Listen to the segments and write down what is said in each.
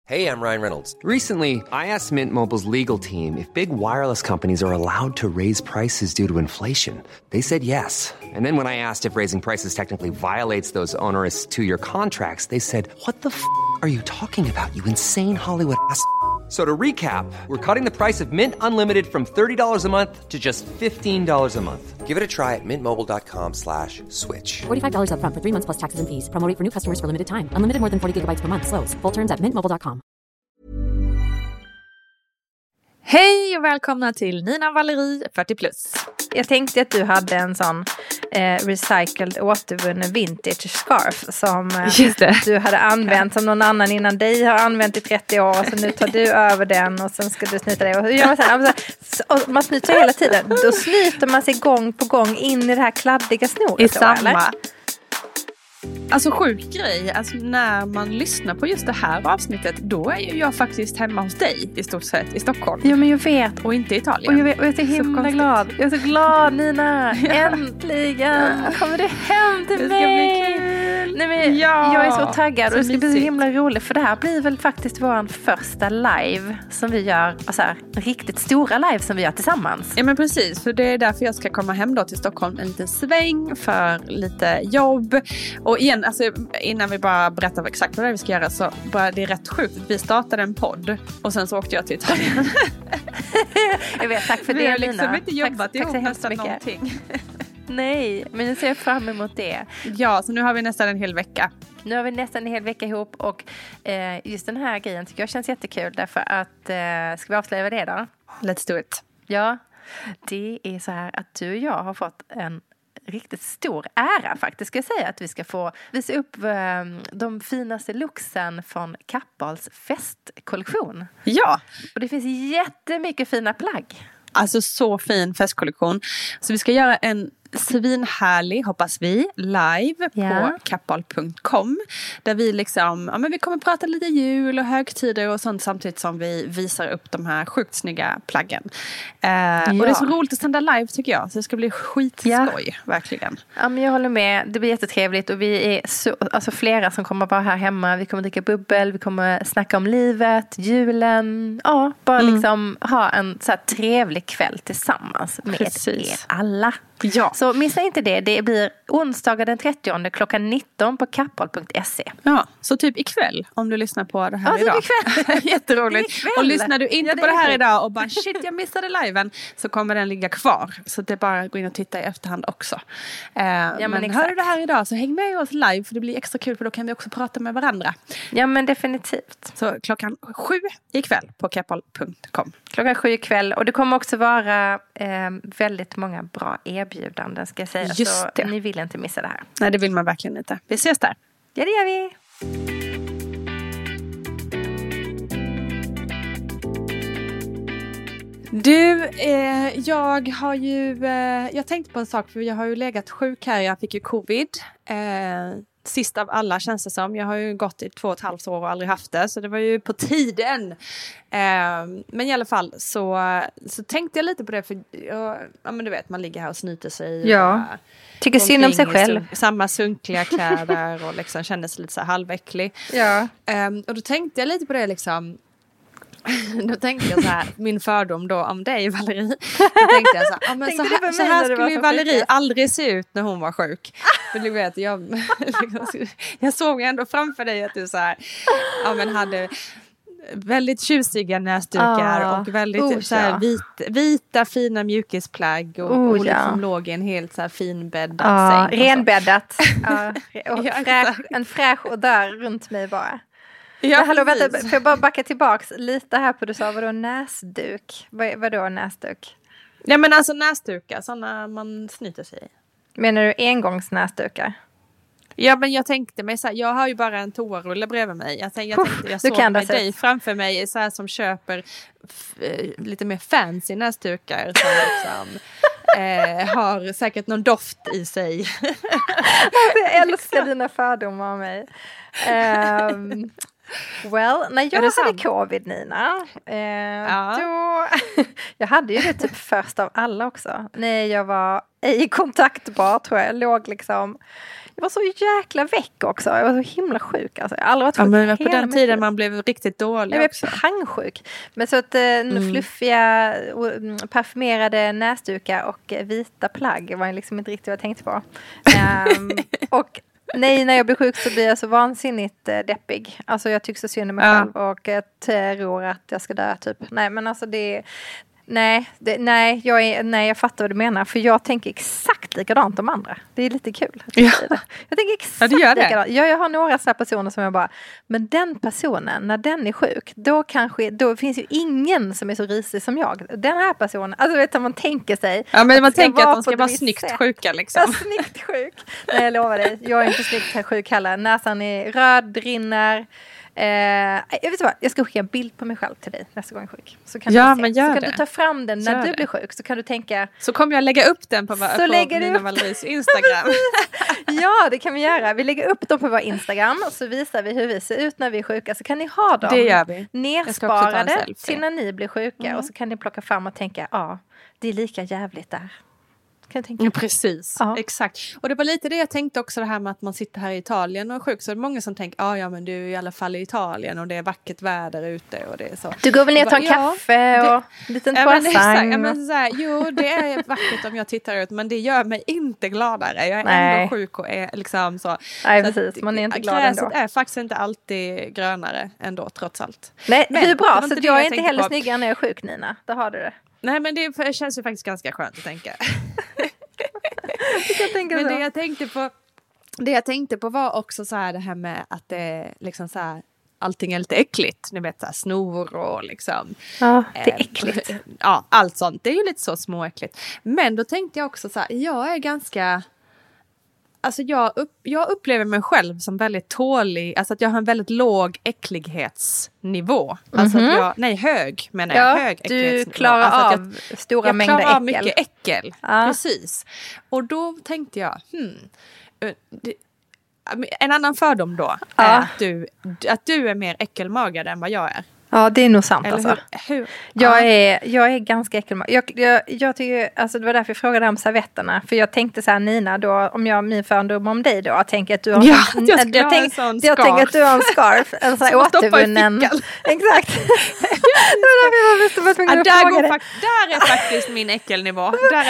Hey, I'm Ryan Reynolds. Recently, I asked Mint Mobile's legal team if big wireless companies are allowed to raise prices due to inflation. They said yes. And then when I asked if raising prices technically violates those onerous two-year contracts, they said, "What the are you talking about, you insane Hollywood ass?" So to recap, we're cutting the price of Mint Unlimited from $30 a month to just $15 a month. Give it a try at mintmobile.com/switch. $45 up front for 3 months plus taxes and fees. Promo rate for new customers for limited time. Unlimited more than 40 gigabytes per month. Slows full terms at mintmobile.com. Hej och välkomna till Nina Valerie 40+. Jag tänkte att du hade en sån recycled återvunnen vintage scarf som du hade använt som någon annan innan dig har använt i 30 år. Så nu tar du över den och sen ska du snyta det. Och gör man, så här, och man snyter hela tiden. Då snyter man sig gång på gång in i det här kladdiga snoret. I samma. Eller? Alltså sjuk grej, alltså när man lyssnar på just det här avsnittet, då är ju jag faktiskt hemma hos dig i stort sett i Stockholm. Ja, men jag vet. Och inte i Italien. Och jag är så himla glad. Jag är så glad, Nina. Äntligen kommer du hem till mig. Det ska bli kul. Nej, men jag är så taggad och det ska bli så himla roligt. För det här blir väl faktiskt vår första live som vi gör, alltså riktigt stora live som vi gör tillsammans. Ja, men precis, för det är därför jag ska komma hem då till Stockholm en liten sväng för lite jobb. Och igen, alltså innan vi bara berättar exakt vad det är vi ska göra, så bara det är rätt sjukt. Vi startade en podd och sen så åkte jag till Italien. Jag vet, tack för det, Lina. Vi har Lina. liksom inte jobbat ihop nästan någonting. Nej, men jag ser fram emot det. Ja, så nu har vi nästan en hel vecka. Nu har vi nästan en hel vecka ihop och just den här grejen tycker jag känns jättekul därför att, ska vi avslöja det då? Let's do it. Ja, det är så här att du och jag har fått en riktigt stor ära faktiskt, ska jag säga, att vi ska få visa upp de finaste looksen från Kappahls festkollektion. Ja. Och det finns jättemycket fina plagg. Alltså så fin festkollektion. Så vi ska göra en svinhärlig, hoppas vi, live på kappal.com. Där vi liksom, ja men vi kommer prata lite jul och högtider och sånt samtidigt som vi visar upp de här sjukt snygga plaggen. Och det är så roligt att sända live tycker jag. Så det ska bli skitskoj, verkligen. Ja, men jag håller med. Det blir jättetrevligt och vi är så, alltså flera som kommer vara här hemma. Vi kommer dricka bubbel, vi kommer snacka om livet, julen. Ja, bara liksom ha en så här trevlig kväll tillsammans med er alla. Ja. Så missa inte det. Det blir onsdagen den 30 klockan 19 på kappal.se. Ja, så typ ikväll om du lyssnar på det här idag. Jätteroligt. Och lyssnar du inte på det här idag och bara shit, jag missade liven, så kommer den ligga kvar. Så det är bara att gå in och titta i efterhand också. Men hör du det här idag så häng med oss live, för det blir extra kul, för då kan vi också prata med varandra. Ja, men definitivt. Så klockan 7 ikväll på kappal.com. Klockan 7 ikväll. Och det kommer också vara väldigt många bra erbjudanden, ska jag säga. Just så det. Ni vill inte missa det här. Nej, det vill man verkligen inte. Vi ses där. Ja, det gör vi. Du, jag har ju... jag tänkte på en sak, för jag har ju legat sjuk här. Jag fick ju covid. Sist av alla känns det som. Jag har ju gått i 2,5 år och aldrig haft det. Så det var ju på tiden. Men i alla fall så tänkte jag lite på det. För ja, men du vet, man ligger här och snyter sig. Ja. Tycker synd om sig själv. Samma sunkliga kläder och liksom kändes lite så här halväcklig. Ja. Och då tänkte jag lite på det liksom. Då tänkte jag så här, min fördom då om dig, Valerie. Då tänkte jag så här, ja, men så här skulle ju Valerie aldrig se ut när hon var sjuk. För du vet, jag såg ändå framför dig att du så här, ja men hade väldigt tjusiga näsdukar och väldigt så här, vita fina mjukisplagg och liksom låg i en helt så här finbäddad säng. Renbäddat. Och en fräsch odör runt mig bara. Ja, hallå, vänta, får jag bara backa tillbaks lite här på, du sa vadå näsduk? Vadå näsduk? Ja, men alltså näsdukar, sådana man snyter sig i. Menar du engångsnäsdukar? Ja, men jag tänkte mig så här, jag har ju bara en toarulle bredvid mig. Jag såg med dig framför mig så här, som köper lite mer fancy näsdukar som liksom har säkert någon doft i sig. Jag älskar dina fördomar av mig. När jag hade covid, Nina, då, jag hade ju det typ först av alla också. När jag var ej kontaktbar, tror jag. Jag var så jäkla väck också. Jag var så himla sjuk. Alltså, jag har aldrig varit sjuk. Men på den tiden man blev riktigt dålig. Jag var pangsjuk. Men så att fluffiga, parfymerade näsdukar och vita plagg var liksom inte riktigt vad jag tänkte på. Och nej, när jag blir sjuk så blir jag så vansinnigt deppig. Alltså jag tycker så synd om mig själv och jag tror att jag ska dö typ. Nej, men alltså jag fattar vad du menar. För jag tänker exakt likadant om andra. Det är lite kul. Jag tänker exakt likadant. Jag har några sådana personer som jag bara, men den personen, när den är sjuk, då finns ju ingen som är så risig som jag. Den här personen, alltså vet du, man tänker sig. Ja, men man tänker att de ska vara snyggt sjuka liksom. Ja, snyggt sjuk. Nej, jag lovar dig. Jag är inte snyggt sjuk heller. Näsan är röd, rinner. Jag vet vad, jag ska skicka en bild på mig själv till dig nästa gång jag är sjuk. Så kan du ta fram den när du blir sjuk. Så kan du tänka. Så kommer jag lägga upp den på Nina Valeries Instagram. Ja, det kan vi göra. Vi lägger upp dem på vår Instagram och så visar vi hur vi ser ut när vi är sjuka. Så kan ni ha dem det gör vi. Nersparade till när ni blir sjuka. Och så kan ni plocka fram och tänka, det är lika jävligt där. Precis, exakt. Och det var lite det jag tänkte också, det här med att man sitter här i Italien och är sjuk. Så det är många som tänker, men du är i alla fall i Italien och det är vackert väder ute och det är så. Du går väl ner och tar en kaffe och en liten croissant. Jo, det är vackert om jag tittar ut, men det gör mig inte gladare. Jag är ändå sjuk och är liksom så. Nej, precis. Man är inte glad ändå. Gräset är faktiskt inte alltid grönare ändå, trots allt. Nej, men hur bra, så jag är inte heller snyggare när jag är sjuk, Nina. Då har du det. Nej, men det känns ju faktiskt ganska skönt att tänka. Men det jag tänkte på var också så här, det här med att det liksom så här, allting är lite äckligt. Ni vet så här, snor och liksom. Ja, det är äckligt. Allt sånt. Det är ju lite så småäckligt. Men då tänkte jag också så här, jag är ganska... Alltså jag upplever mig själv som väldigt tålig. Alltså att jag har en väldigt låg äcklighetsnivå. Alltså att hög menar jag. Hög äcklighetsnivå. Du klarar av stora mängder äckel. Jag klarar av mycket äckel. Ja. Precis. Och då tänkte jag, en annan fördom då är att du är mer äckelmagad än vad jag är. Ja, det är nog sant. Eller alltså. Hur? Jag är ganska äckelmagad. Jag tycker, alltså det var därför jag frågade om servetterna. För jag tänkte så här, Nina, då, min fördom om dig då, jag tänker att du har jag tänker att du har en scarf, en sån här återvunnen. Exakt. Där är faktiskt min äckelnivå.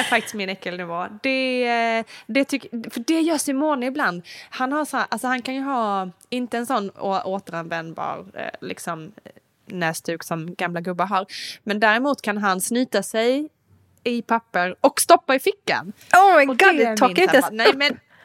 För det gör Simone ibland. Han har så här, alltså han kan ju ha inte en sån återanvändbar liksom näsduk som gamla gubbar har. Men däremot kan han snyta sig i papper och stoppa i fickan. Oh my god, det torkar inte ens. Nej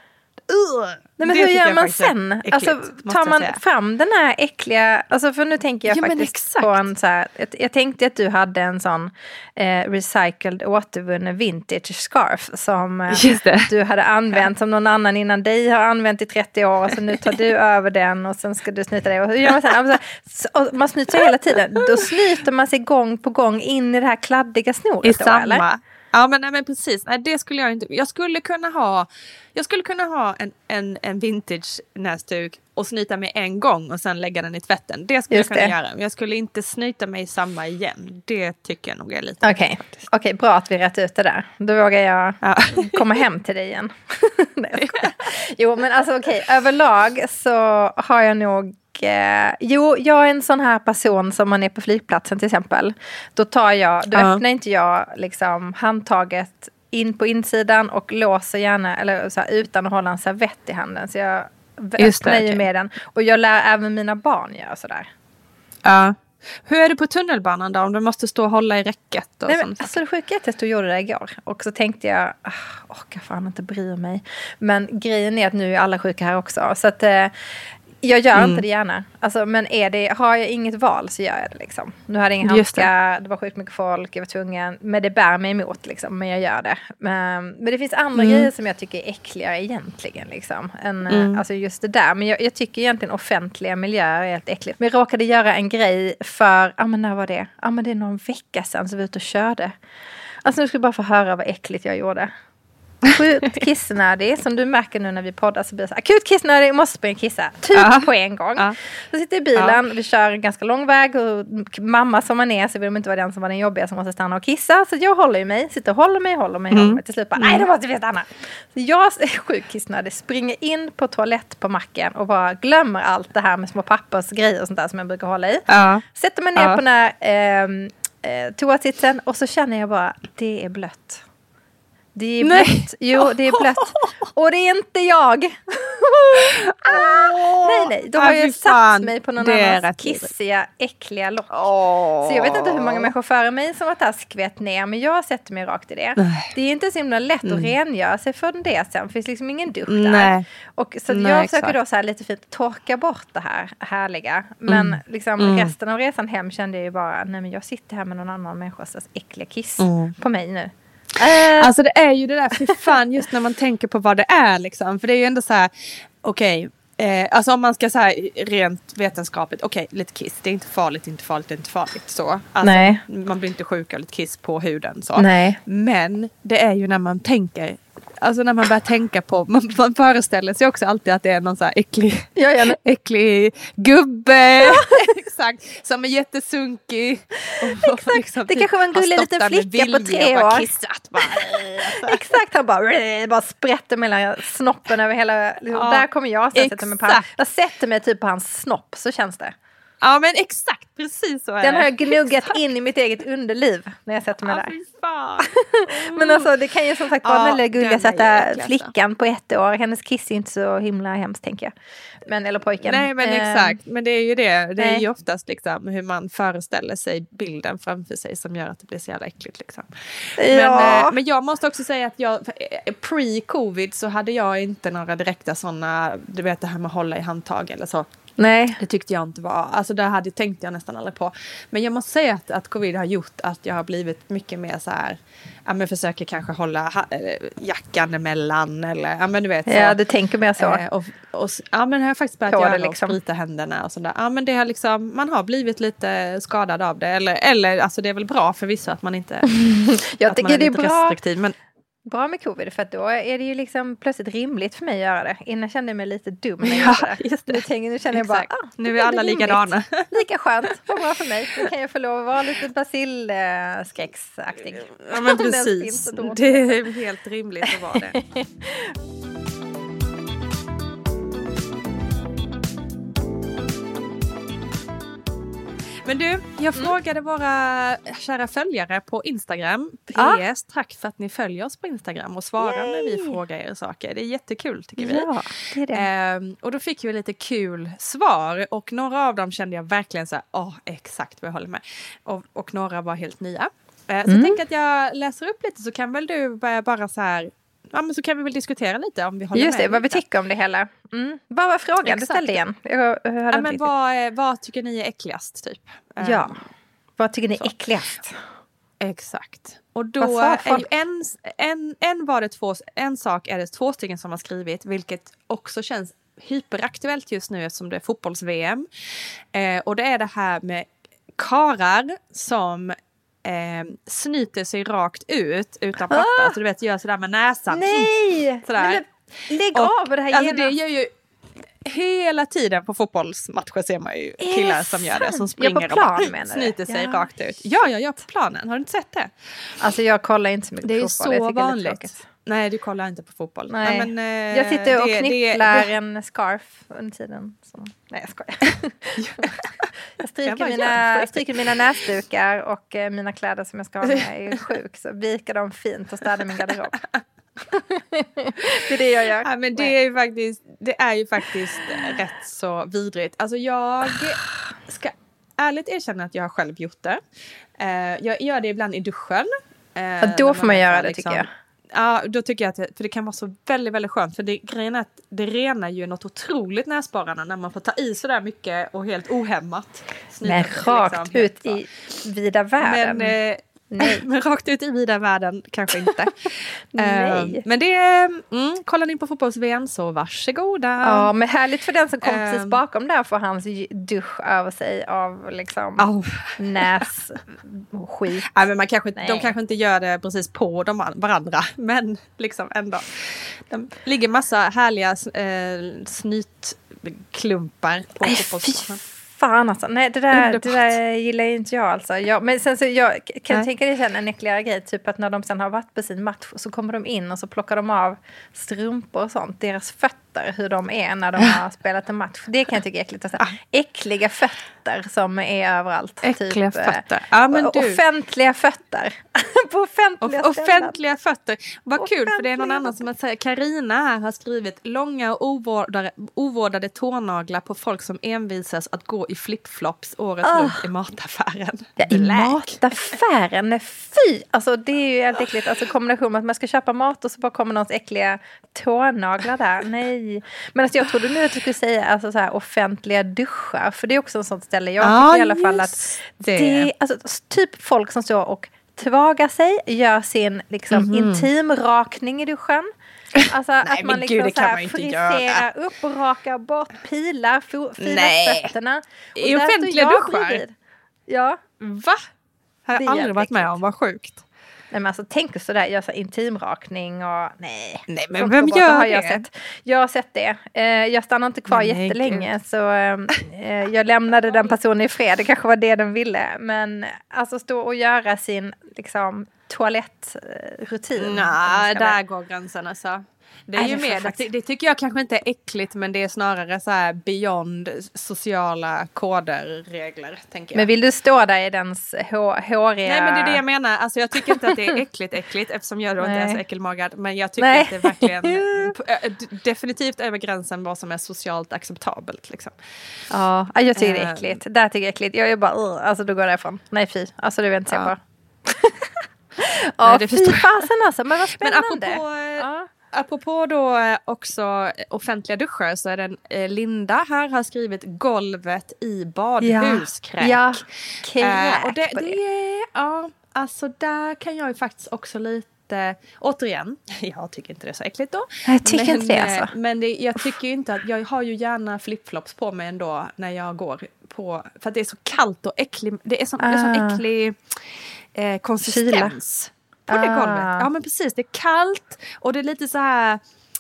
men hur gör man sen? Äckligt, alltså tar man fram den här äckliga, alltså för nu tänker jag faktiskt på en så här, jag tänkte att du hade en sån recycled återvunnen vintage scarf som du hade använt som någon annan innan dig har använt i 30 år och så nu tar du över den och sen ska du snyta det. Och hur gör man sen? Alltså, man snyter sig hela tiden. Då snyter man sig gång på gång in i det här kladdiga snoret då, eller? Ja, men precis. Nej, det skulle jag inte. Jag skulle kunna ha en vintage näsduk och snyta mig en gång och sen lägga den i tvätten. Det skulle jag kunna göra. Men jag skulle inte snyta mig samma igen. Det tycker jag nog är lite. Okej, bra att vi rätt ut det där. Då vågar jag komma hem till dig igen. Nej, jo, men alltså överlag så har jag nog jag är en sån här person som man är på flygplatsen till exempel. Då öppnar inte jag liksom handtaget in på insidan och låser gärna eller så här, utan att hålla en servett i handen. Så jag öppnar ju med den. Och jag lär även mina barn göra sådär. Ja. Hur är det på tunnelbanan då? Om du måste stå och hålla i räcket och sånt. Alltså det sjuka är att jag stod och gjorde det igår. Och så tänkte jag, orkar fan inte bry mig. Men grejen är att nu är alla sjuka här också. Så att jag gör inte det gärna. Alltså, men har jag inget val så gör jag det liksom. Nu hade jag ingen handskar, det var sjukt mycket folk, jag var tvungen. Men det bär mig emot liksom, men jag gör det. Men det finns andra grejer som jag tycker är äckligare egentligen liksom. Alltså just det där. Men jag tycker egentligen offentliga miljöer är helt äckligt. Men jag råkade göra en grej för, men när var det? Men det är någon vecka sedan så vi var ute och körde. Alltså nu ska jag bara få höra vad äckligt jag gjorde. sjukt kissnödig. Som du märker nu när vi poddar så blir det så akut kissnödig, måste springa och kissa. På en gång. Så sitter i bilen, vi kör ganska lång väg och mamma som man är så vill de inte vara den som var den jobbiga som måste stanna och kissa. Så jag håller mig, sitter och håller mig. Till slut bara, nej då måste vi stanna. Så jag är sjukt kissnödig, springer in på toalett på macken och bara glömmer allt det här med små pappersgrejer och sånt där som jag brukar hålla i. Sätter mig ner på den här toasitsen och så känner jag bara, det är blött. Det är blött. Jo, det är blött. Och det är inte jag. Nej. Då har jag satt mig på någon annans kissiga, äckliga lock. Så jag vet inte hur många människor före mig som har tagit skvätt ner. Men jag sätter mig rakt i det. Det är inte så himla lätt att rengöra sig från det sen. Det finns liksom ingen dusch där. Och så jag försöker då så här lite fint torka bort det här härliga. Men liksom resten av resan hem kände jag ju bara, nej men jag sitter här med någon annan människas äckliga kiss på mig nu. Alltså det är ju det där, för fan, just när man tänker på vad det är liksom. För det är ju ändå så här, okej, alltså om man ska så här rent vetenskapligt, okej, lite kiss, det är inte farligt så. Alltså, man blir inte sjuk av lite kiss på huden så. Nej. Men det är ju när man tänker, alltså när man börjar tänka på, man föreställer sig också alltid att det är någon så här äcklig gubbe. Exakt, som är jättesunkig. Exakt, liksom, det kanske var en gullig liten flicka på 3 år. Exakt, han bara sprätter mellan snoppen över hela, där kommer jag sen sätta mig på han. Jag sätter mig typ på hans snopp, så känns det. Ja men exakt, precis så är den har jag gnuggat in i mitt eget underliv när jag sätter mig där. Men alltså det kan ju som sagt vara väldigt gulligt att sätta flickan på 1 år. Hennes kiss är inte så himla hemskt tänker jag. Men, eller pojken. Nej men exakt, men det är ju det. Det är ju oftast liksom hur man föreställer sig bilden framför sig som gör att det blir så jävla äckligt liksom. Men jag måste också säga att jag pre-covid så hade jag inte några direkta sådana, du vet det här med att hålla i handtag eller så. Nej. Det tyckte jag inte var, alltså det tänkte jag nästan aldrig på. Men jag måste säga att covid har gjort att jag har blivit mycket mer så här, ja men försöker kanske hålla jackan emellan eller, ja men du vet så. Ja, du tänker mer så. Och ja men jag har faktiskt börjat göra liksom. Och sprita händerna och sådär. Ja men det har liksom, man har blivit lite skadad av det. Eller alltså det är väl bra för vissa att man inte jag tycker det är bra. Restriktiv, men bra med covid för att då är det ju liksom plötsligt rimligt för mig att göra det. Innan kände jag mig lite dum när jag gjorde det. Just det. Nu känner jag bara, nu är alla likadana. Lika skönt, vad bra för mig. Nu kan jag få lov att vara lite basilskräcksaktig. Ja men precis, det är helt rimligt att vara det. Men du, jag frågade våra kära följare på Instagram. PS, tack för att ni följer oss på Instagram och svarar när vi frågar er saker. Det är jättekul tycker vi. Ja, det är det. Och då fick vi lite kul svar. Och några av dem kände jag verkligen så här, exakt vad jag håller med. Och några var helt nya. Så jag tänker att jag läser upp lite så kan väl du börja bara så här. Ja, men så kan vi väl diskutera lite om vi håller just med. Just det, vad vi tycker om det hela. Vad var frågan du ställde igen? Men vad tycker ni är äckligast typ? Ja, vad tycker ni är äckligast? Exakt. Och då är ju en sak är det 2 stycken som har skrivit, vilket också känns hyperaktuellt just nu eftersom det är fotbolls-VM. Och det är det här med karar som snyter sig rakt ut utan papper. Alltså du vet, gör sådär med näsan. Nej! Sådär. Lägg av det här alltså, det gör ju hela tiden på fotbollsmatcher ser man ju killar som gör det. Som springer och snyter sig rakt ut. Ja, på planen. Har du inte sett det? Alltså jag kollar inte så mycket på fotboll. Det är så vanligt. Nej, du kollar inte på fotboll. Nej. Men, jag sitter och knypplar en scarf under tiden. Så. Nej, jag skojar. Jag stryker mina näsdukar och mina kläder som jag ska ha med är sjuk. Så vikar dem fint och städar min garderob. Det är det jag gör. Ja, men det är ju faktiskt rätt så vidrigt. Alltså jag ska ärligt erkänna att jag har själv gjort det. Jag gör det ibland i duschen. Då får man göra det liksom, tycker jag. Ja, då tycker jag att för det kan vara så väldigt, väldigt skönt. För grejen är att det renar ju något otroligt näsborrarna när man får ta i så där mycket och helt ohämmat. Men rakt liksom, ut i vida världen. Nej. Men rakt ut i vida världen kanske inte. Nej. Men det är, kollar ni på fotbolls-VM så varsågoda. Ja, men härligt för den som kom precis bakom där får hans dusch över sig av liksom nässkit. Nej, men de kanske inte gör det precis på varandra, men liksom ändå. De ligger massa härliga snytklumpar på fotbollsplanen. Fan alltså. Nej, det där gillar inte jag alltså. Men sen så jag kan tänka dig sen en äckligare grej. Typ att när de sen har varit på sin match så kommer de in och så plockar de av strumpor och sånt. Deras fötter, hur de är när de har spelat en match. Det kan jag tycka är äckligt. Alltså, äckliga fötter som är överallt. Äckliga typ, fötter. Ja, men offentliga fötter. På offentliga fötter. Vad kul, för det är någon annan som att säga. Carina här har skrivit långa och ovårdade tånaglar på folk som envisas att gå i flipflops året runt i mataffären. Ja, i mataffären? Fy! Alltså det är ju helt äckligt. Alltså kombination med att man ska köpa mat och så bara kommer någons äckliga tånaglar där. Nej. Men alltså jag trodde nu att du skulle säga alltså så här offentliga duschar. För det är också en sånt ställe. Jag tycker i alla fall att det alltså typ folk som står och tvagar sig, gör sin liksom intimrakning i duschen. Alltså nej, att man liksom så här friserar upp och rakar bort, pilar, filar fötterna. I offentliga duschar? Ja. Va? Har jag aldrig varit med om, vad sjukt. Nej men alltså tänk så där, gör så intimrakning och nej men vem gör det? Jag har sett det. Jag stannade inte kvar jättelänge så jag lämnade den personen i fred. Det kanske var det den ville. Men alltså stå och göra sin liksom toalettrutin. Nej, där går gränsen alltså. Det är ju mer, det tycker jag kanske inte är äckligt, men det är snarare så här beyond sociala koder, regler, tänker jag. Men vill du stå där i dens håriga... Nej, men det är det jag menar. Alltså jag tycker inte att det är äckligt eftersom jag då inte är så äckelmagad. Men jag tycker att det är verkligen definitivt över gränsen vad som är socialt acceptabelt. Liksom. Ja, jag tycker det är äckligt. Där tycker jag är äckligt. Jag är bara, alltså då går det ifrån. Nej, fy. Alltså det vill jag inte se på. Ja, fy fasen alltså. Men vad spännande. Men apropå då också offentliga duschar så är den Linda här har skrivit golvet i badhuskräk. Ja, och det är, alltså där kan jag ju faktiskt också lite, återigen, jag tycker inte det är så äckligt då. Jag tycker inte det alltså. Men jag tycker ju inte att, jag har ju gärna flipflops på mig ändå när jag går på, för att det är så kallt och äckligt, det är sån äcklig konsistens. På det golvet. Ja men precis, det är kallt och det är lite så här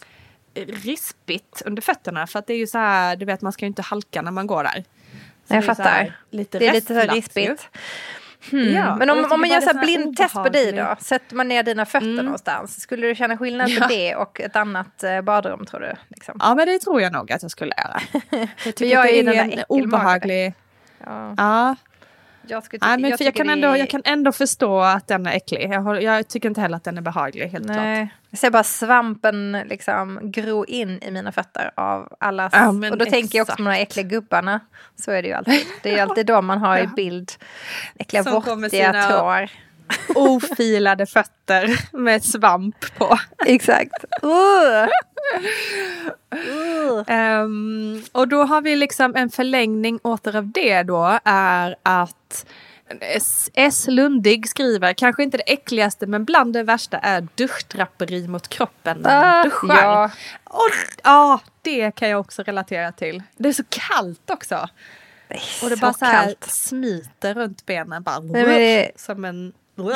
rispigt under fötterna för att det är ju så här, du vet man ska ju inte halka när man går där. Så jag fattar. Det är lite så rispigt. Ja, men om man gör så här blindtest på dig då, sätter man ner dina fötter någonstans, skulle du känna skillnad på det och ett annat badrum tror du? Liksom? Ja men det tror jag nog att jag skulle göra. Jag tycker att det är en obehaglig... Ja. Jag kan ändå förstå att den är äcklig. Jag tycker inte heller att den är behaglig, helt klart. Jag ser bara svampen liksom gro in i mina fötter av allas. Och då tänker jag också på de här äckliga gubbarna. Så är det ju alltid. Det är ju alltid då man har i bild äckliga vortiga tår. Ofilade fötter med svamp på. Exakt. Och då har vi liksom en förlängning åter av det då är att S. Lundig skriver, kanske inte det äckligaste men bland det värsta är duschdraperi mot kroppen när man duschar. Ja. Och det kan jag också relatera till. Det är så kallt också. Och det bara så här smiter runt benen bara som en...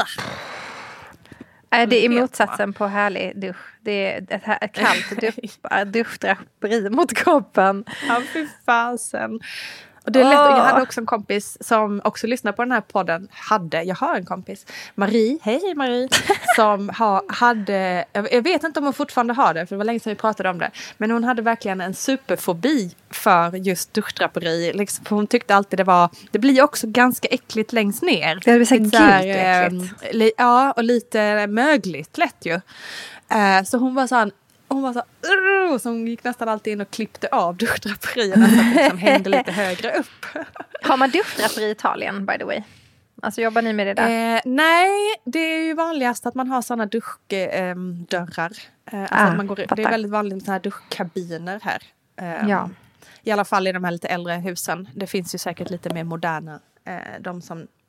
Det är motsatsen på härlig dusch. Det är ett kallt duschdraperi mot kroppen. Ja, fy fasen. Och det är lätt. Jag hade också en kompis som också lyssnar på den här podden. Jag har en kompis, Marie. Hej Marie. Som hade, jag vet inte om hon fortfarande har det, för det var länge sedan vi pratade om det. Men hon hade verkligen en superfobi för just duschdraperi. Liksom, för hon tyckte alltid det blir också ganska äckligt längst ner. Det blir så äckligt. Ja, och lite mögligt lätt ju. Så hon var så så hon gick nästan alltid in och klippte av duschdraperierna så att det liksom hängde lite högre upp. Har man duschdraperi i Italien, by the way? Alltså jobbar ni med det där? Nej, det är ju vanligast att man har sådana duschdörrar. Alltså man det är väldigt vanligt med sådana här duschkabiner här. Ja. I alla fall i de här lite äldre husen. Det finns ju säkert lite mer moderna. De som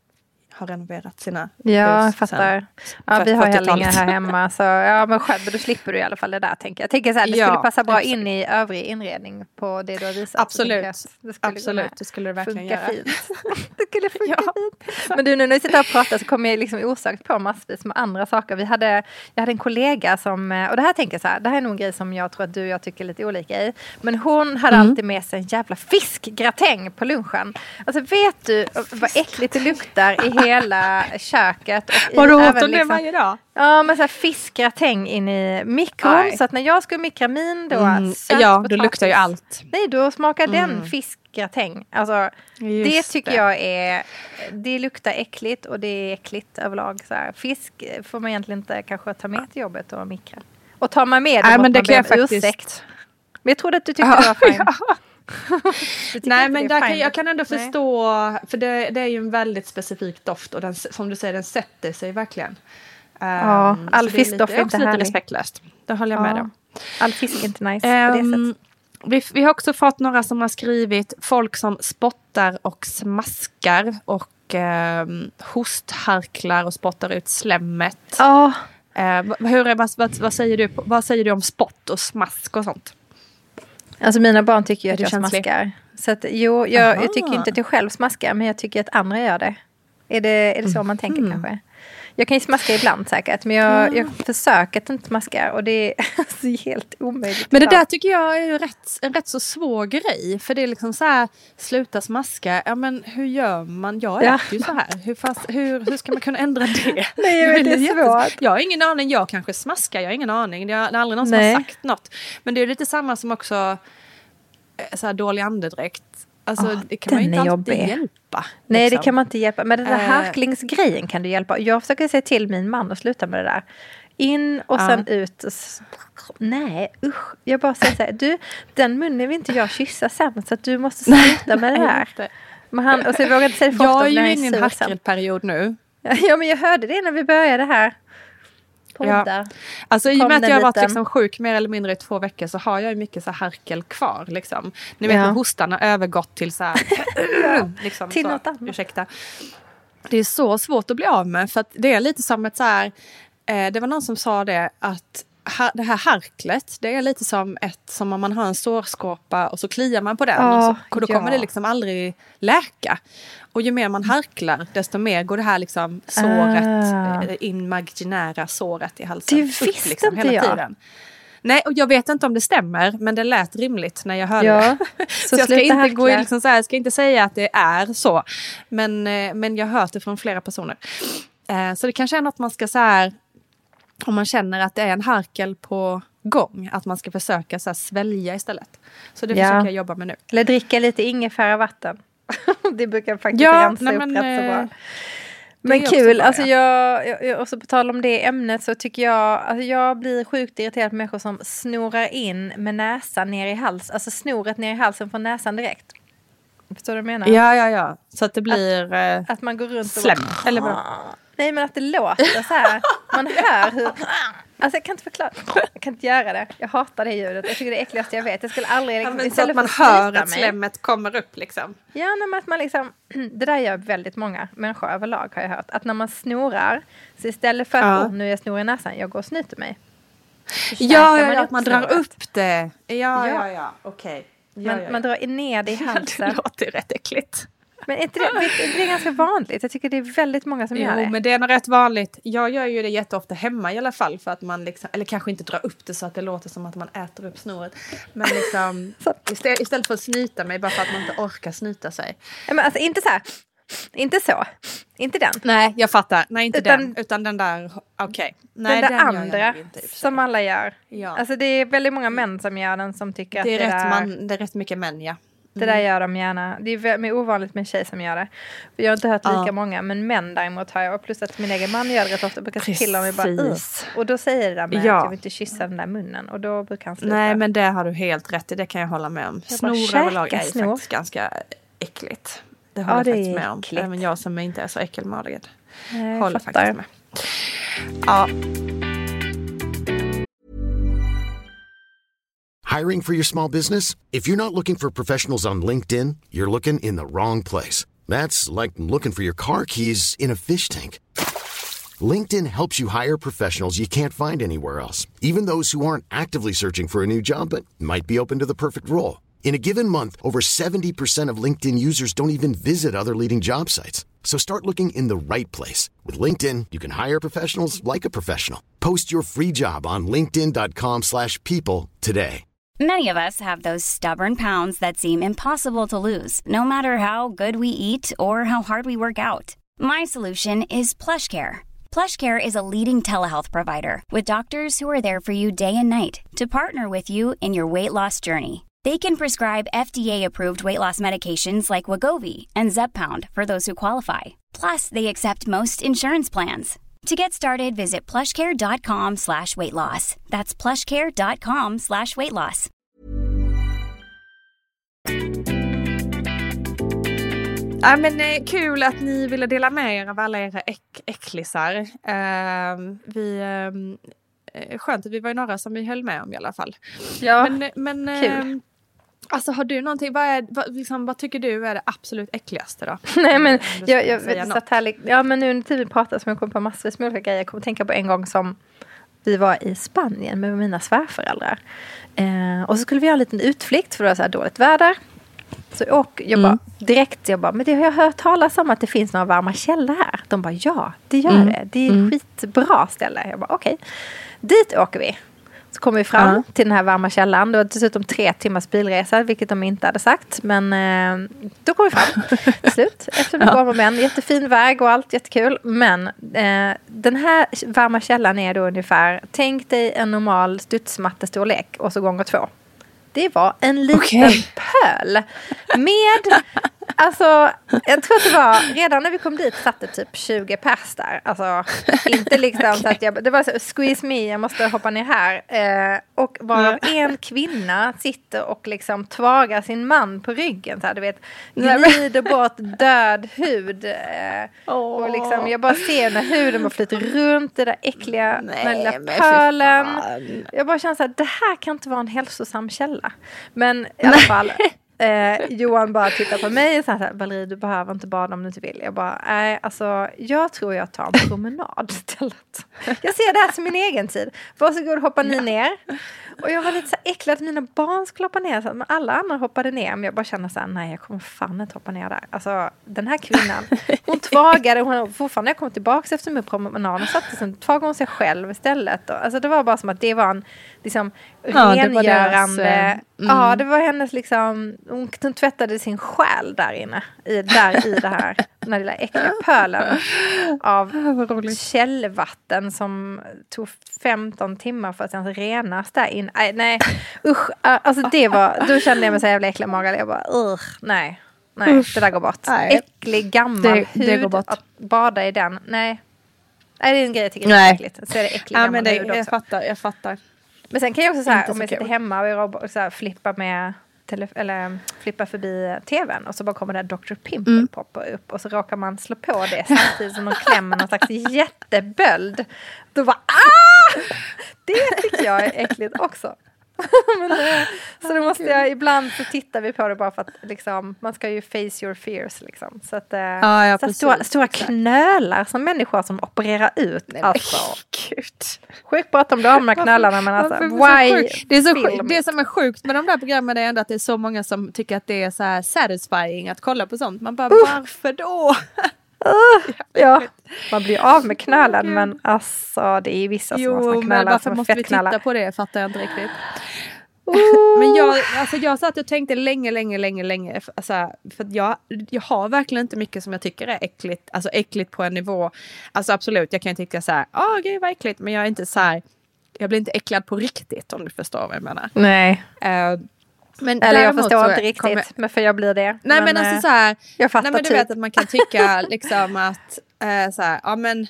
har renoverat sina Ja, jag fattar. Ja, vi har heller inga här hemma. Så, ja, men själv, då slipper du i alla fall det där, tänker jag. Jag tänker så här, det skulle passa bra in i övrig inredning på det du har visat. Absolut, det skulle det verkligen göra. Fint. Det skulle funka fint. Men du, nu när vi sitter och pratar så kommer jag liksom osökt på massvis med andra saker. Jag hade en kollega som, och det här tänker jag så här, det här är nog en grej som jag tror att du och jag tycker lite olika i. Men hon hade alltid med sig en jävla fiskgratäng på lunchen. Alltså vet du vad äckligt det luktar i hela köket. Var du åt det varje dag? Ja, men så här fiskgratäng in i mikron. Så att när jag skulle mikra min då... då luktar ju allt. Nej, då smakar den fiskgratäng. Alltså, det tycker jag är... Det luktar äckligt och det är äckligt överlag. Så här. Fisk får man egentligen inte kanske ta med till jobbet och mikra. Och tar man med det, men det kan jag faktiskt... ursäkt. Men jag trodde att du tyckte det var fint. Nej, men jag kan ändå förstå, för det är ju en väldigt specifik doft och den, som du säger, den sätter sig verkligen. All fiskdoft är inte lite respektlöst. Det håller jag med om. All fisk är inte nice på det sättet. Vi har också fått några som har skrivit folk som spottar och smaskar och hostharklar och spottar ut slemmet. Vad säger du om spott och smask och sånt? Alltså mina barn tycker ju att jag smaskar. Så att, jag tycker inte att jag själv smaskar, men jag tycker att andra gör det. Är det så man tänker kanske? Jag kan ju smaska ibland säkert, men jag försöker att inte smaska och det är alltså helt omöjligt. Men det där tycker jag är ju en rätt så svår grej, för det är liksom så här, sluta smaska, ja men hur gör man? Jag äter ju så här. Hur ska man kunna ändra det? Nej, jag vet, det är svårt. Jag har ingen aning, jag kanske smaskar, jag har ingen aning. Det är aldrig någon som har sagt något. Men det är lite samma som också så här dålig andedräkt. Alltså det kan man ju inte alltid hjälpa. Nej, liksom. Det kan man inte hjälpa. Men den där harklingsgrejen kan du hjälpa. Jag försöker säga till min man att sluta med det där. In och sen ut. Och nej, usch. Jag bara säger så här, du, den munnen vill inte jag kyssa sen. Så att du måste sluta med det här. Men och så vågar inte säga det för jag är ju i en harkelperiod nu. Ja, men jag hörde det när vi började här. Ja. Alltså i och med att jag har varit liksom sjuk mer eller mindre i 2 veckor så har jag ju mycket så här harkel kvar liksom. Ni vet när hostan har övergått till så här liksom, till så, något annat. Ursäkta. Det är så svårt att bli av med, för att det är lite som ett så här det var någon som sa det, att det här harklet, det är lite som om man har en sårskåpa och så kliar man på den och då kommer det liksom aldrig läka. Och ju mer man harklar, desto mer går det här liksom såret, imaginära såret i halsen. Det visste liksom, inte hela tiden. Nej, och jag vet inte om det stämmer, men det lät rimligt när jag hörde det. Så jag ska inte gå in liksom så här, jag ska inte säga att det är så, men jag har hört det från flera personer. Så det kanske är något man ska så här, om man känner att det är en harkel på gång, att man ska försöka så här svälja istället. Så det försöker jag jobba med nu. Eller dricka lite ingefära vatten. Det brukar faktiskt rensa upp rätt så bra. Men kul, alltså jag också på tal om det ämnet så tycker jag, alltså jag blir sjukt irriterad på människor som snorar in med näsan ner i halsen, alltså snoret ner i halsen från näsan direkt. Förstår du vad jag menar? Ja. Så att det blir att man går runt och slem, eller vad? Nej, men att det låter så här. Man hör hur... Alltså jag kan inte förklara. Jag kan inte göra det. Jag hatar det ljudet. Jag tycker det är äckligaste jag vet. Jag skulle aldrig... Liksom, så att man hör att slemmet kommer upp liksom. Ja, men att man liksom... Det där gör väldigt många människor överlag, har jag hört. Att när man snorar, så istället för att nu är jag snor i näsan, jag går och snyter mig. Ja, att man drar upp det. Ja, okej. Man drar ner det i halsen. Det låter rätt äckligt. Men är det är ganska vanligt? Jag tycker det är väldigt många som gör det. Jo, men det är nog rätt vanligt. Jag gör ju det jätteofta hemma i alla fall. För att man liksom, eller kanske inte drar upp det så att det låter som att man äter upp snoret. Men liksom, istället för att snyta mig, bara för att man inte orkar snyta sig. Ja, men alltså inte så här. Inte så. Inte den. Nej, jag fattar. Nej, inte den. Utan den där, okej. Nej, den där andra som alla gör. Ja. Alltså det är väldigt många män som gör den, som tycker det är att det är rätt mycket män, ja. Det där gör de gärna. Det är ovanligt med en tjej som gör det. Jag har inte hört lika många, men män däremot har jag. Och plus att min egen man gör det rätt ofta. Brukar se till om bara och då säger det där med att jag vill inte kyssa den där munnen. Och då brukar han sluta. Nej, men det har du helt rätt i. Det kan jag hålla med om. Snor överlag är faktiskt ganska äckligt. Det håller jag faktiskt med om. Även jag som inte är så äckelmagad. Håller faktiskt med. Ja. Hiring for your small business? If you're not looking for professionals on LinkedIn, you're looking in the wrong place. That's like looking for your car keys in a fish tank. LinkedIn helps you hire professionals you can't find anywhere else, even those who aren't actively searching for a new job but might be open to the perfect role. In a given month, over 70% of LinkedIn users don't even visit other leading job sites. So start looking in the right place. With LinkedIn, you can hire professionals like a professional. Post your free job on linkedin.com/people today. Many of us have those stubborn pounds that seem impossible to lose, no matter how good we eat or how hard we work out. My solution is PlushCare. PlushCare is a leading telehealth provider with doctors who are there for you day and night to partner with you in your weight loss journey. They can prescribe FDA-approved weight loss medications like Wegovy and Zepbound for those who qualify. Plus, they accept most insurance plans. To get started, visit plushcare.com/weightloss. That's plushcare.com/weightloss. Ja, men kul att ni ville dela med er av alla era äcklisar. Skönt att vi var några som vi höll med om i alla fall. Ja, men kul. Alltså har du någonting, vad tycker du är det absolut äckligaste då? Nej men jag satt här, ja men nu när vi pratar som jag kom på massvis med olika grejer. Jag kommer tänka på en gång som vi var i Spanien med mina svärföräldrar. Och så skulle vi ha en liten utflykt för det var så här dåligt väder. Så jag bara direkt, men det har jag hört talas om att det finns några varma källor här. De bara, ja det gör det. Det är ett skitbra ställe. Jag bara, okej. Dit åker vi. Så kommer vi fram till den här varma källan. Det var dessutom 3 timmars bilresa, vilket de inte hade sagt. Men då kom vi fram till slut. Efter vi går med en jättefin väg och allt jättekul. Men den här varma källan är då ungefär, tänk dig en normal studsmattestorlek och så gånger 2. Det var en liten pöl med, alltså jag tror att det var, redan när vi kom dit satt det typ 20 pers där. Alltså inte liksom så att det var så, squeeze me, jag måste hoppa ner här. Och bara en kvinna sitter och liksom tvagar sin man på ryggen så här, du vet, glider bort död hud. Och liksom, jag bara ser när huden bara flyter runt det där äckliga, den lilla pölen. Jag bara känner så här, det här kan inte vara en hälsosam källa. Men i alla fall Johan bara tittar på mig och säger, Valerie, du behöver inte bada om du inte vill. Jag bara, nej, alltså jag tror jag tar en promenad istället. Jag ser det här som min egen tid. Varsågod, hoppa ni ner. Och jag var lite så äcklad att mina barn skulle hoppa ner. Men alla andra hoppade ner. Men jag bara kände så här, nej, jag kommer fan inte hoppa ner där. Alltså, den här kvinnan, hon tvagade. Hon fortfarande, jag kom tillbaka efter min promenad och satte sig, tvagade hon sig själv istället. Och, alltså, det var bara som att det var en liksom, rengörande. Ja, det var hennes liksom, hon tvättade sin själ där inne. I det här, den här lilla äckliga pölen av källvatten som tog 15 timmar för att sen renas där in. Nej, usch. Alltså det var, då kände jag mig så jävla äcklig magal. Jag bara, nej, det där går bort. Äcklig gammal hud, det går bort. Att bada i den, nej. Det är en grej jag tycker är äckligt. Så är det äcklig gammal hud också. Jag fattar. Men sen kan jag också så här, om jag sitter hemma och så här, flippa förbi tvn och så bara kommer det Dr. Pimple poppa upp och så råkar man slå på det samtidigt som de klämmer någon slags jätteböld. Då bara, det tycker jag är äckligt också. Men, så då måste jag, ibland så tittar vi på det bara för att liksom, man ska ju face your fears liksom. Så att så stora knölar som människor som opererar ut. Nej, alltså, sjukt bra om de har de här knölarna, men alltså, why? Det som är sjukt med de där programmen är ändå att det är så många som tycker att det är så här satisfying att kolla på sånt. Man bara, varför då? Ja, man blir av med knölen, men alltså det är vissa som har knölar. Varför måste vi titta på det? Fattar jag inte riktigt. Men jag satt och tänkte länge alltså, för att jag har verkligen inte mycket som jag tycker är äckligt, alltså äckligt på en nivå, alltså absolut, jag kan tycka så här, gud vad äckligt, men jag är inte så här, jag blir inte äcklad på riktigt, om du förstår vad jag menar. Nej. Men eller jag förstår inte riktigt, men för jag blir det. Nej, men alltså så här, jag fattar du vet att man kan tycka liksom att så här, ja men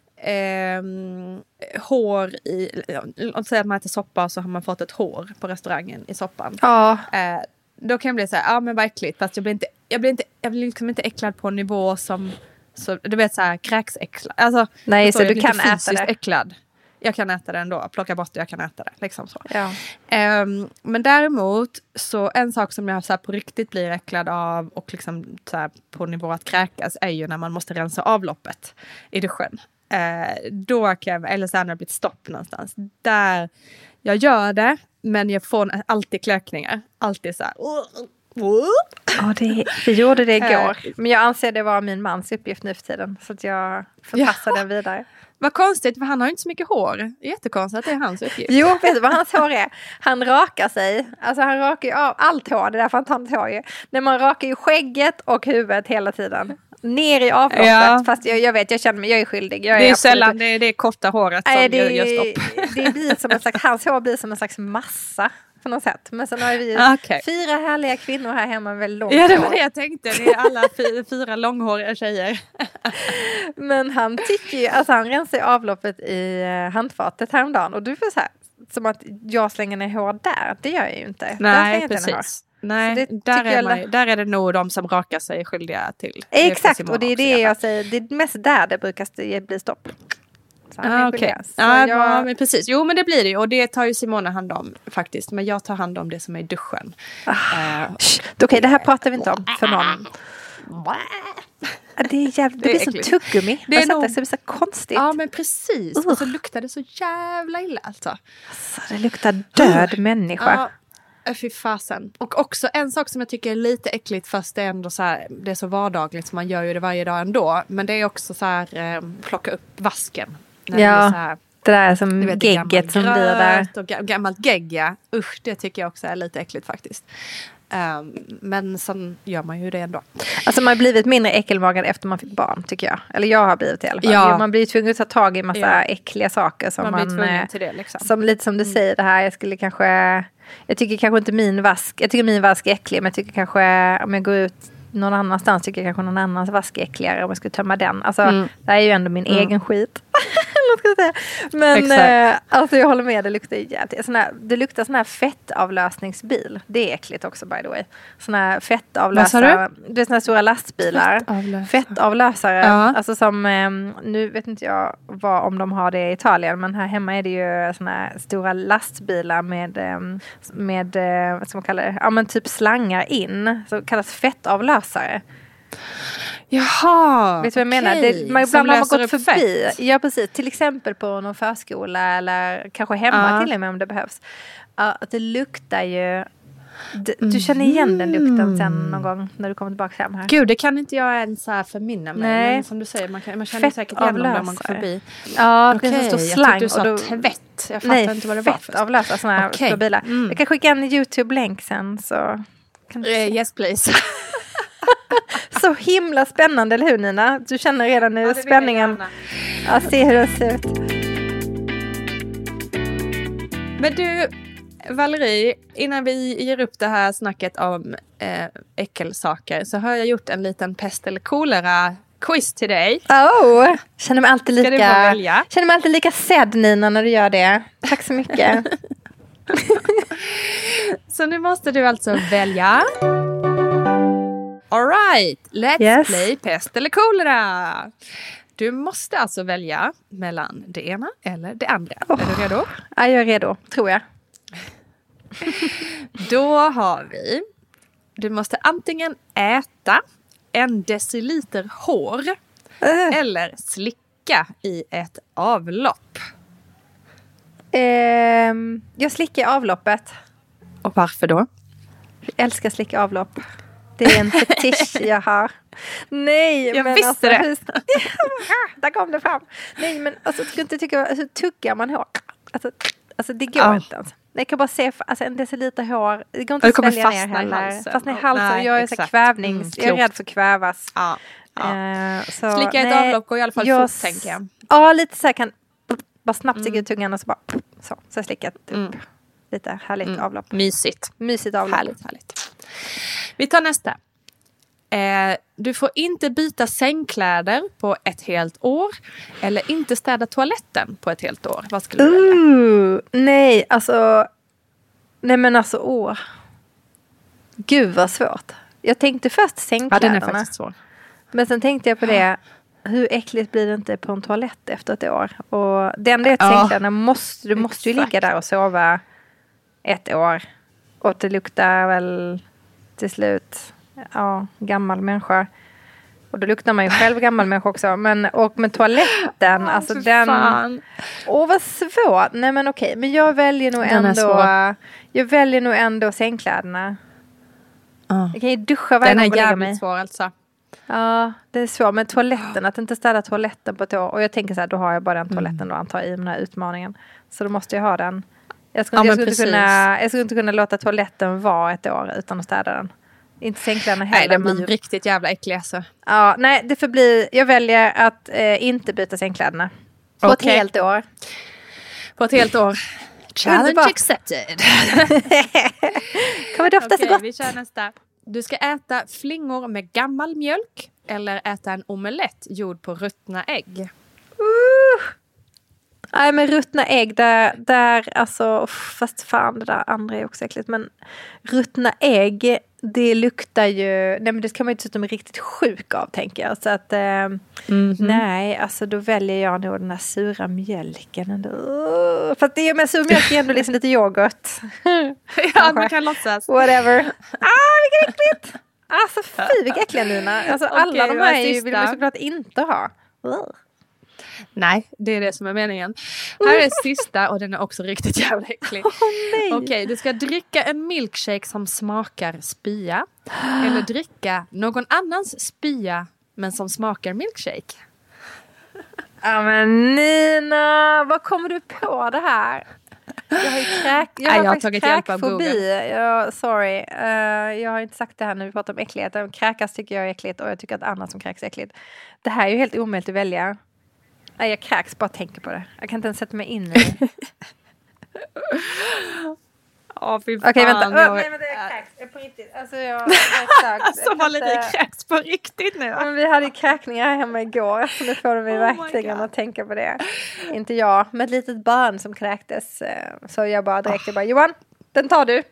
hår i, om säger att man äter soppa så har man fått ett hår på restaurangen i soppan. Ja. Då kan jag bli så här, men verkligt, fast jag blir liksom inte äcklad på en nivå som, så du vet så här, kräksäcklad. Alltså, nej, så du kan inte äta det. Äcklad. jag kan äta det ändå. Plocka bort det, jag kan äta det. Liksom så. Ja. Men däremot, så en sak som jag så här, på riktigt blir äcklad av och liksom, så här, på nivå att kräkas är ju när man måste rensa avloppet i duschen. Då kan jag, eller så här när det blir ett stopp någonstans. Där jag gör det, men jag får alltid klökningar. Alltid så här. Ja, vi gjorde det igår. Men jag anser det var min mans uppgift nu för tiden. Så att jag förpassar den vidare. Vad konstigt, för han har ju inte så mycket hår. Jättekonstigt att det är hans uppgift. Jo, vet du vad hans hår är? Han rakar sig. Alltså han rakar ju av allt hår. Det är därför han tar inte hår ju. När man rakar ju skägget och huvudet hela tiden. Ner i avloppet. Ja. Fast jag vet, jag känner mig, jag är skyldig. Jag det är sällan det är korta håret som gör stopp. Det blir som en slags, hans hår blir som en slags massa. På något sätt. Men sen har vi 4 härliga kvinnor här hemma med väldigt långt hår. Ja, det var det jag tänkte. Det är alla 4 långhåriga tjejer. Men han tycker ju, alltså han rensar avloppet i handfatet häromdagen. Och du får så här, som att jag slänger ner hår där. Det gör jag ju inte. Nej, precis. Nej, där är det nog de som rakar sig skyldiga till. Exakt, och det är det jag säger. Det är mest där det brukar bli stopp. Okej. Ja, men precis. Jo, men det blir det ju. Och det tar ju Simona hand om faktiskt. Men jag tar hand om det som är i duschen. Okej, det här pratar vi inte om för någon. Det är jävligt, det blir som tuggummi. Det är så konstigt. Ja, men precis. Och så luktar det så jävla illa alltså. Det luktar död människa. Ja, fy fasen. Och också en sak som jag tycker är lite äckligt, fast det är ändå så här, det är så vardagligt så man gör ju det varje dag ändå. Men det är också så här, plocka upp vasken. Ja, det, så här, det där som gegget som blir där. Och gammalt gegg, ja. Usch, det tycker jag också är lite äckligt faktiskt. Men sen gör man ju det ändå. Alltså man har blivit mindre äckelmagad efter man fick barn, tycker jag. Eller jag har blivit i alla fall. Ja. Man blir tvungen att ta tag i massa äckliga saker. Som man blir tvungen till det liksom. Som lite som du säger det här, jag tycker kanske inte min vask. Jag tycker min vask är äcklig, men jag tycker kanske om jag går ut någon annanstans tycker jag kanske någon annans vask är äckligare om jag skulle tömma den. Alltså det är ju ändå min egen skit. Men alltså jag håller med, det luktar jävligt. Det luktar sån här fettavlösningsbil. Det är äckligt också, by the way. Sån här fettavlösare. Det är såna här stora lastbilar. Fettavlösare. Ja. Alltså som, nu vet inte jag om de har det i Italien, men här hemma är det ju såna här stora lastbilar med vad ska man kalla det? Ja, men typ slangar in. Så kallas fettavlösare. Jaha, vet du vad jag menar? Ibland har man gått förbi. Fett. Ja, precis. Till exempel på någon förskola eller kanske hemma till och med om det behövs. Att det luktar ju... Du känner igen den lukten sen någon gång när du kommer tillbaka hem här. Gud, det kan inte jag ens här förminna mig. Nej. Men som du säger, man känner säkert igen dem när man går förbi. Ja, det är en stor slang. Jag tyckte du sa tvätt. Jag fattar inte vad det var för. Fettavlösare, sådana här stora bilar. Jag kan skicka en YouTube-länk sen så... Yes, please. Så himla spännande, eller hur Nina? Du känner redan nu spänningen. Ja, se hur det ser ut. Men du, Valerie, innan vi ger upp det här snacket om äckelsaker så har jag gjort en liten pest eller kolera-quiz till dig. Känner mig alltid lika sedd, Nina, när du gör det. Tack så mycket. Så nu måste du alltså välja. All right, let's play pest eller kolera. Du måste alltså välja mellan det ena eller det andra. Är du redo? Ja, jag är redo, tror jag. Då har vi... Du måste antingen äta 1 deciliter hår eller slicka i ett avlopp. Jag slickar avloppet. Och varför då? Jag älskar slicka avlopp. Det är en fetisch jag har. Nej, jag men visste alltså, det. Där kom det fram. Nej, men alltså, skulle inte tycka hur tuggar man hår. Alltså det går inte ens. Jag kan bara se alltså, 1 deciliter hår. Det går inte att svälja ner heller. Fastna i halsen. Nej, jag är så kvävnings. Jag är rädd för kvävas. Så, slicka ett avlopp går i alla fall fort, tänker jag. Ja, lite så här kan bara snabbt stiga ut tungan och så bara så jag slickar upp. Lite härligt avlopp. Mysigt avlopp. Härligt. Vi tar nästa. Du får inte byta sängkläder på ett helt år. Eller inte städa toaletten på ett helt år. Vad skulle du välja? Nej, men alltså Gud vad svårt. Jag tänkte först sängkläderna. Ja, den är faktiskt svår. Men sen tänkte jag på det. hur äckligt blir det inte på en toalett efter ett år? Och den där sängkläderna du måste ju ligga där och sova ett år. Och det luktar väl till slut gammal människa. Och då luktar man ju själv gammal människa också. Och med toaletten, alltså den... vad svårt. Nej men okej, men jag väljer nog ändå sängkläderna. Jag kan ju duscha varje gång jag lägger mig. Den är jävligt svår alltså. Ja, det är svårt. Men toaletten, att inte städa toaletten på ett år. Och jag tänker så här, då har jag bara den toaletten då antar i den här utmaningen. Så då måste jag ha den. Jag skulle inte kunna låta toaletten vara ett år utan att städa den. Inte sängkläderna heller. Nej, den blir riktigt jävla äcklig alltså. Ja, nej, det får bli... Jag väljer att inte byta sängkläderna. På ett helt år. På ett helt år. Challenge accepted. Kommer dofta så gott. Vi kör nästa. Du ska äta flingor med gammal mjölk eller äta en omelett gjord på ruttna ägg. Nej, men ruttna ägg där alltså, fast fan det där andra är också äckligt, men ruttna ägg, det luktar ju, nej men det kan man ju inte bli riktigt sjuk av, tänker jag, så att nej, alltså då väljer jag nog den här sura mjölken ändå. Fast det är med sur mjölk är ändå liksom lite yoghurt. Ja, man kan låtsas. Whatever. Vilket äckligt. Alltså fy, vilka äckliga Nina. Alltså alla de här vill man såklart inte ha. Nej, det är det som är meningen. Här är sista och den är också riktigt jävla äcklig. Okej, du ska dricka en milkshake som smakar spya. Eller dricka någon annans spya men som smakar milkshake. Ja men Nina, vad kommer du på det här? Jag har tagit hjälp av Google. Sorry. Jag har inte sagt det här när vi pratar om äcklighet. Kräkas tycker jag är äckligt och jag tycker att annat som kräks är äckligt. Det här är ju helt omöjligt att välja. Nej, jag kräks, bara tänker på det. Jag kan inte ens sätta mig in i det. Okej, vänta. Nej, men det är kräks. Jag är på riktigt. Alltså, jag alltså, Valerie kräks på riktigt nu. Men vi hade kräkningar hemma igår. Så nu får vi verkligen att tänka på det. Inte jag, men ett litet barn som kräktes. Så jag bara direkt, Johan, den tar du.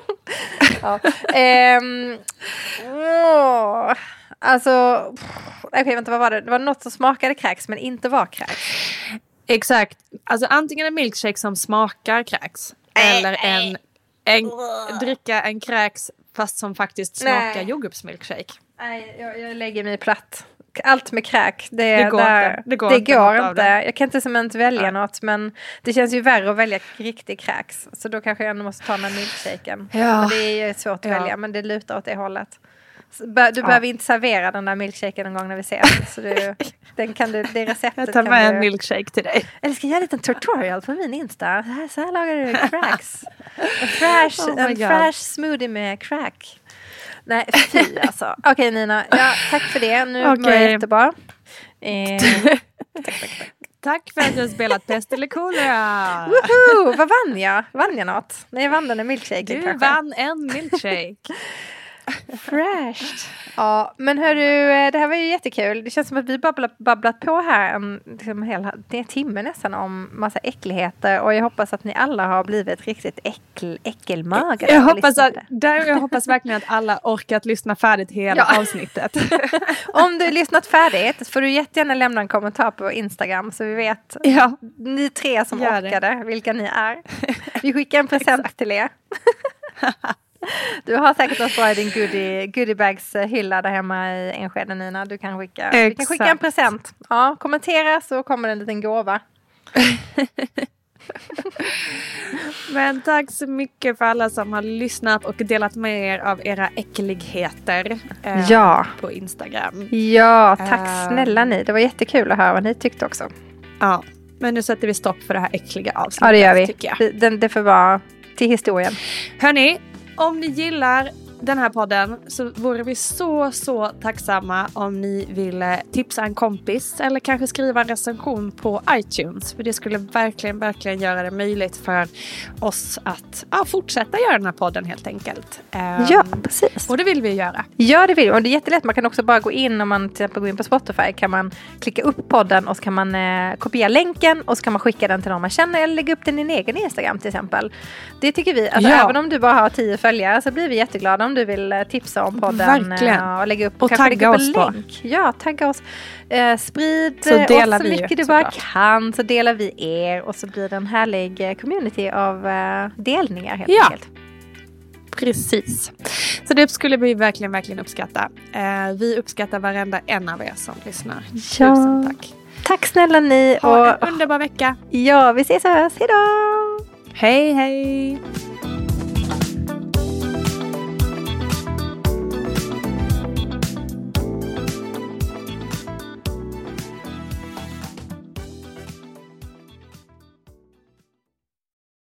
Alltså, okej, vänta, vad var det? Det var något som smakade kräks men inte var kräks. Exakt. Alltså antingen en milkshake som smakar kräks. Eller dricka en kräks fast som faktiskt smakar jordgubbsmilkshake. Nej, jag lägger mig platt. Allt med kräk. Det går inte. Jag kan inte som inte välja något, men det känns ju värre att välja riktig kräks. Så då kanske jag ändå måste ta den här milkshaken. Ja. Men det är ju svårt att välja, men det lutar åt det hållet. Du behöver inte servera den där milkshaken en gång när vi ses. Så det receptet. Jag tar med en milkshake till dig. Eller ska jag göra en liten tutorial på min Insta. Så här lagar du cracks. En fresh smoothie med crack. Nej, fy alltså. Okej, Nina, tack för det. Nu mår jag jättebra. Tack för att du har spelat Pest eller Kolera. Woho! Vad vann jag? Vann jag något? Nej, jag vann den milkshake. Du vann en milkshake. Fresh. Ja, men hörru, det här var ju jättekul. Det känns som att vi babblat på här en timme nästan om massa äckligheter. Och jag hoppas att ni alla har blivit riktigt äckelmagar. Jag hoppas verkligen att alla orkat lyssna färdigt hela avsnittet. Om du har lyssnat färdigt får du jättegärna lämna en kommentar på Instagram så vi vet ni 3 som orkade vilka ni är. Vi skickar en present till er. Du har säkert något bra i din goodiebags hylla där hemma i Enskede, Nina. Du kan skicka en present. Ja, kommentera så kommer det en liten gåva. Men tack så mycket för alla som har lyssnat och delat med er av era äckligheter på Instagram. Ja, tack snälla ni. Det var jättekul att höra vad ni tyckte också. Ja, men nu sätter vi stopp för det här äckliga avsnittet. Ja, det gör vi. Tycker jag. Det får vara till historien. Hörni, om ni gillar den här podden så vore vi så tacksamma om ni ville tipsa en kompis eller kanske skriva en recension på iTunes. För det skulle verkligen göra det möjligt för oss att fortsätta göra den här podden helt enkelt. Ja, precis. Och det vill vi göra. Ja, det vill vi. Och det är jättelätt. Man kan också bara gå in, om man till exempel går in på Spotify kan man klicka upp podden och så kan man kopiera länken och så kan man skicka den till någon man känner eller lägga upp den i din egen Instagram till exempel. Det tycker vi. Alltså, även om du bara har 10 följare så blir vi jätteglada om om du vill tipsa om podden. Verkligen. Och lägga upp och tagga oss på. Ja, tagga oss. Sprid så delar oss så mycket du bara kan. Så delar vi er. Och så blir det en härlig community av delningar helt enkelt. Precis. Så det skulle vi verkligen, verkligen uppskatta. Vi uppskattar varenda en av er som lyssnar. Ja. Tusen tack. Tack snälla ni. Ha en underbar vecka. Ja, vi ses och hörs. Hej då! Hej, hej!